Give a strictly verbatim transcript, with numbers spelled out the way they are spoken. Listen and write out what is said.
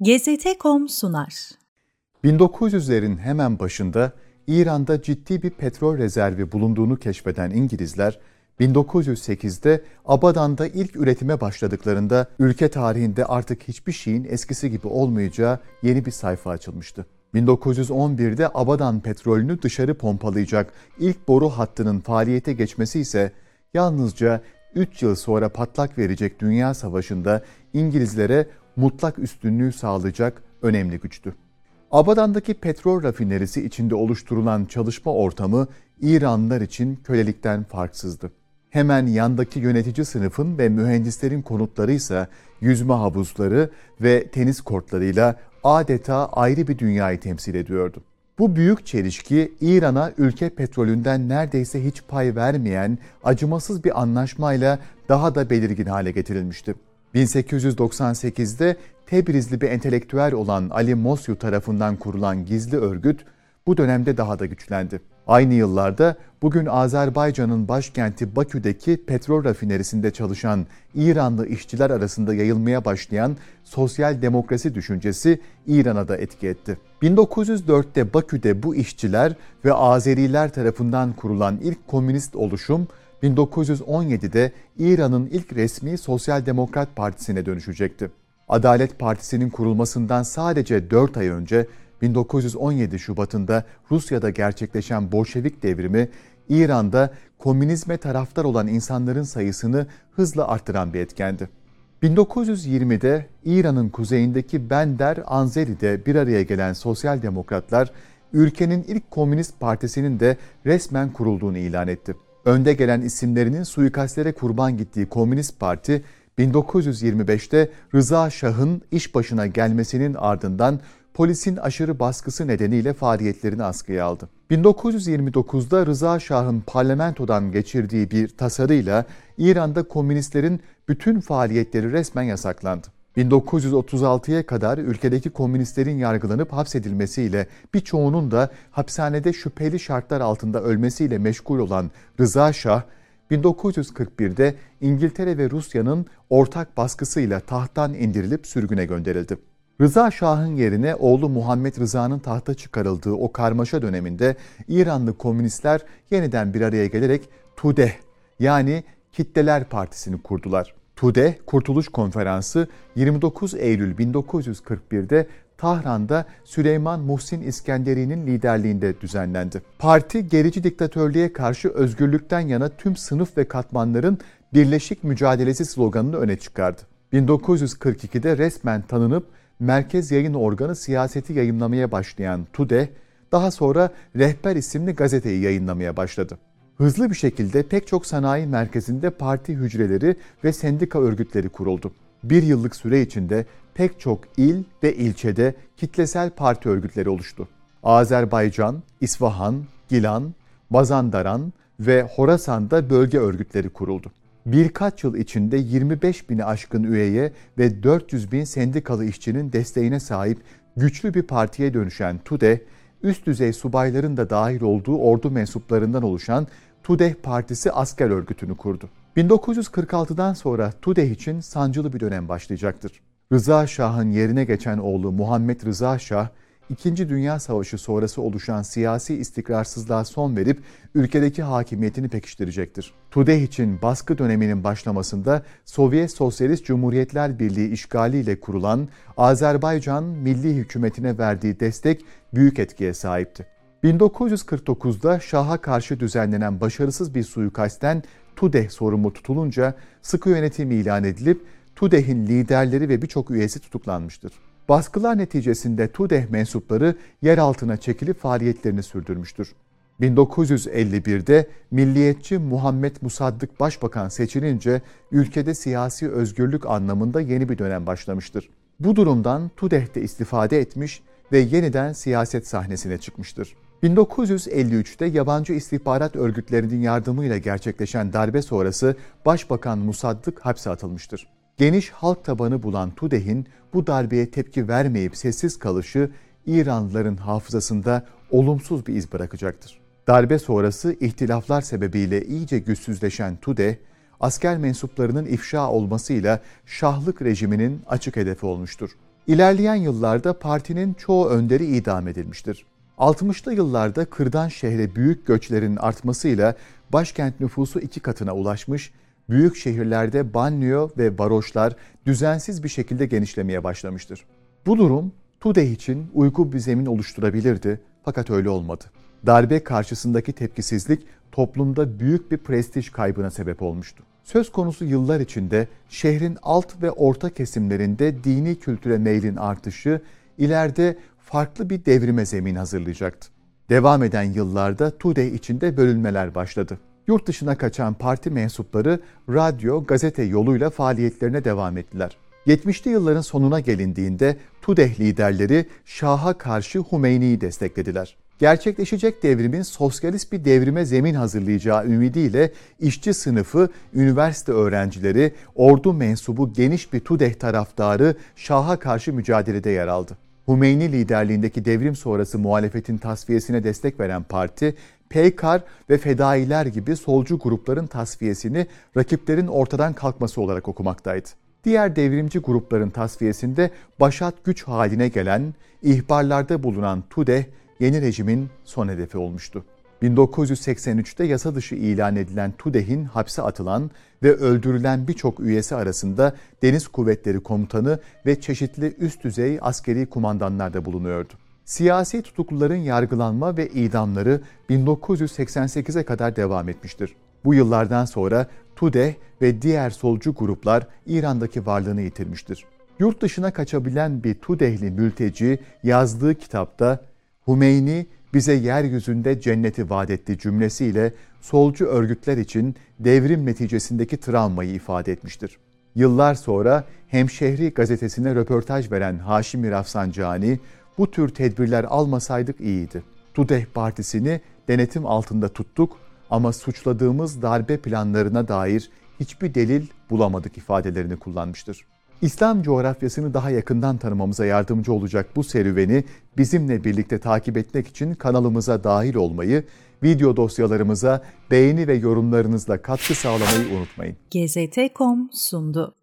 G Z T nokta com sunar. bin dokuz yüzlerin hemen başında İran'da ciddi bir petrol rezervi bulunduğunu keşfeden İngilizler, bin dokuz yüz sekizde Abadan'da ilk üretime başladıklarında ülke tarihinde artık hiçbir şeyin eskisi gibi olmayacağı yeni bir sayfa açılmıştı. bin dokuz yüz on birde Abadan petrolünü dışarı pompalayacak ilk boru hattının faaliyete geçmesi ise yalnızca üç yıl sonra patlak verecek Dünya Savaşı'nda İngilizlere mutlak üstünlüğü sağlayacak önemli güçtü. Abadan'daki petrol rafinerisi içinde oluşturulan çalışma ortamı İranlılar için kölelikten farksızdı. Hemen yandaki yönetici sınıfın ve mühendislerin konutları ise yüzme havuzları ve tenis kortlarıyla adeta ayrı bir dünyayı temsil ediyordu. Bu büyük çelişki İran'a ülke petrolünden neredeyse hiç pay vermeyen acımasız bir anlaşmayla daha da belirgin hale getirilmişti. bin sekiz yüz doksan sekizde Tebrizli bir entelektüel olan Ali Mosyu tarafından kurulan gizli örgüt bu dönemde daha da güçlendi. Aynı yıllarda bugün Azerbaycan'ın başkenti Bakü'deki petrol rafinerisinde çalışan İranlı işçiler arasında yayılmaya başlayan sosyal demokrasi düşüncesi İran'a da etki etti. bin dokuz yüz dörtte Bakü'de bu işçiler ve Azeriler tarafından kurulan ilk komünist oluşum bin dokuz yüz on yedide İran'ın ilk resmi Sosyal Demokrat Partisi'ne dönüşecekti. Adalet Partisi'nin kurulmasından sadece dört ay önce bin dokuz yüz on yedi Şubat'ında Rusya'da gerçekleşen Bolşevik devrimi İran'da komünizme taraftar olan insanların sayısını hızla arttıran bir etkendi. bin dokuz yüz yirmide İran'ın kuzeyindeki Bender Anzeri'de bir araya gelen sosyal demokratlar ülkenin ilk komünist partisinin de resmen kurulduğunu ilan etti. Önde gelen isimlerinin suikastlere kurban gittiği Komünist Parti, bin dokuz yüz yirmi beşte Rıza Şah'ın iş başına gelmesinin ardından polisin aşırı baskısı nedeniyle faaliyetlerini askıya aldı. bin dokuz yüz yirmi dokuzda Rıza Şah'ın parlamentodan geçirdiği bir tasarıyla İran'da komünistlerin bütün faaliyetleri resmen yasaklandı. bin dokuz yüz otuz altıya kadar ülkedeki komünistlerin yargılanıp hapsedilmesiyle birçoğunun da hapishanede şüpheli şartlar altında ölmesiyle meşgul olan Rıza Şah, bin dokuz yüz kırk birde İngiltere ve Rusya'nın ortak baskısıyla tahttan indirilip sürgüne gönderildi. Rıza Şah'ın yerine oğlu Muhammed Rıza'nın tahta çıkarıldığı o karmaşa döneminde İranlı komünistler yeniden bir araya gelerek TUDEH yani Kitleler Partisi'ni kurdular. TUDEH Kurtuluş Konferansı yirmi dokuz Eylül bin dokuz yüz kırk birde Tahran'da Süleyman Muhsin İskenderi'nin liderliğinde düzenlendi. Parti, gerici diktatörlüğe karşı özgürlükten yana tüm sınıf ve katmanların birleşik mücadelesi sloganını öne çıkardı. bin dokuz yüz kırk ikide resmen tanınıp merkez yayın organı siyaseti yayımlamaya başlayan TUDEH, daha sonra Rehber isimli gazeteyi yayınlamaya başladı. Hızlı bir şekilde pek çok sanayi merkezinde parti hücreleri ve sendika örgütleri kuruldu. Bir yıllık süre içinde pek çok il ve ilçede kitlesel parti örgütleri oluştu. Azerbaycan, İsfahan, Gilan, Mazandaran ve Horasan'da bölge örgütleri kuruldu. Birkaç yıl içinde yirmi beş bini aşkın üyeye ve dört yüz bin sendikalı işçinin desteğine sahip güçlü bir partiye dönüşen TUDEH, üst düzey subayların da dahil olduğu ordu mensuplarından oluşan TUDEH Partisi asker örgütünü kurdu. bin dokuz yüz kırk altıdan sonra TUDEH için sancılı bir dönem başlayacaktır. Rıza Şah'ın yerine geçen oğlu Muhammed Rıza Şah, İkinci Dünya Savaşı sonrası oluşan siyasi istikrarsızlığa son verip ülkedeki hakimiyetini pekiştirecektir. TUDEH için baskı döneminin başlamasında Sovyet Sosyalist Cumhuriyetler Birliği işgaliyle kurulan Azerbaycan Milli Hükümeti'ne verdiği destek büyük etkiye sahipti. bin dokuz yüz kırk dokuzda Şah'a karşı düzenlenen başarısız bir suikastten TUDEH sorumlu tutulunca sıkı yönetim ilan edilip TUDEH'in liderleri ve birçok üyesi tutuklanmıştır. Baskılar neticesinde TUDEH mensupları yer altına çekilip faaliyetlerini sürdürmüştür. bin dokuz yüz elli birde milliyetçi Muhammed Musaddık başbakan seçilince ülkede siyasi özgürlük anlamında yeni bir dönem başlamıştır. Bu durumdan TUDEH de istifade etmiş ve yeniden siyaset sahnesine çıkmıştır. bin dokuz yüz elli üçte yabancı istihbarat örgütlerinin yardımıyla gerçekleşen darbe sonrası Başbakan Musaddık hapse atılmıştır. Geniş halk tabanı bulan TUDEH'in bu darbeye tepki vermeyip sessiz kalışı İranlıların hafızasında olumsuz bir iz bırakacaktır. Darbe sonrası ihtilaflar sebebiyle iyice güçsüzleşen TUDEH, asker mensuplarının ifşa olmasıyla Şahlık rejiminin açık hedefi olmuştur. İlerleyen yıllarda partinin çoğu önderi idam edilmiştir. altmışlı yıllarda kırdan şehre büyük göçlerin artmasıyla başkent nüfusu iki katına ulaşmış, büyük şehirlerde banliyö ve varoşlar düzensiz bir şekilde genişlemeye başlamıştır. Bu durum TUDE için uygun bir zemin oluşturabilirdi fakat öyle olmadı. Darbe karşısındaki tepkisizlik toplumda büyük bir prestij kaybına sebep olmuştu. Söz konusu yıllar içinde şehrin alt ve orta kesimlerinde dini kültüre meylin artışı ileride farklı bir devrime zemin hazırlayacaktı. Devam eden yıllarda TUDE içinde bölünmeler başladı. Yurt dışına kaçan parti mensupları radyo, gazete yoluyla faaliyetlerine devam ettiler. yetmişli yılların sonuna gelindiğinde TUDE liderleri Şah'a karşı Hümeyni'yi desteklediler. Gerçekleşecek devrimin sosyalist bir devrime zemin hazırlayacağı ümidiyle işçi sınıfı, üniversite öğrencileri, ordu mensubu geniş bir TUDE taraftarı Şah'a karşı mücadelede yer aldı. Hümeyni liderliğindeki devrim sonrası muhalefetin tasfiyesine destek veren parti, P K K ve Fedailer gibi solcu grupların tasfiyesini rakiplerin ortadan kalkması olarak okumaktaydı. Diğer devrimci grupların tasfiyesinde başat güç haline gelen, ihbarlarda bulunan TUDE, yeni rejimin son hedefi olmuştu. bin dokuz yüz seksen üçte yasa dışı ilan edilen TUDE'nin hapse atılan ve öldürülen birçok üyesi arasında Deniz Kuvvetleri Komutanı ve çeşitli üst düzey askeri kumandanlar da bulunuyordu. Siyasi tutukluların yargılanma ve idamları bin dokuz yüz seksen sekize kadar devam etmiştir. Bu yıllardan sonra TUDE ve diğer solcu gruplar İran'daki varlığını yitirmiştir. Yurt dışına kaçabilen bir TUDE'li mülteci yazdığı kitapta Hümeyni bize yeryüzünde cenneti vaat etti cümlesiyle solcu örgütler için devrim neticesindeki travmayı ifade etmiştir. Yıllar sonra Hemşehri gazetesine röportaj veren Haşimi Rafsanjani, bu tür tedbirler almasaydık iyiydi. TUDE partisini denetim altında tuttuk ama suçladığımız darbe planlarına dair hiçbir delil bulamadık ifadelerini kullanmıştır. İslam coğrafyasını daha yakından tanımamıza yardımcı olacak bu serüveni bizimle birlikte takip etmek için kanalımıza dahil olmayı, video dosyalarımıza beğeni ve yorumlarınızla katkı sağlamayı unutmayın. G Z T nokta com sundu.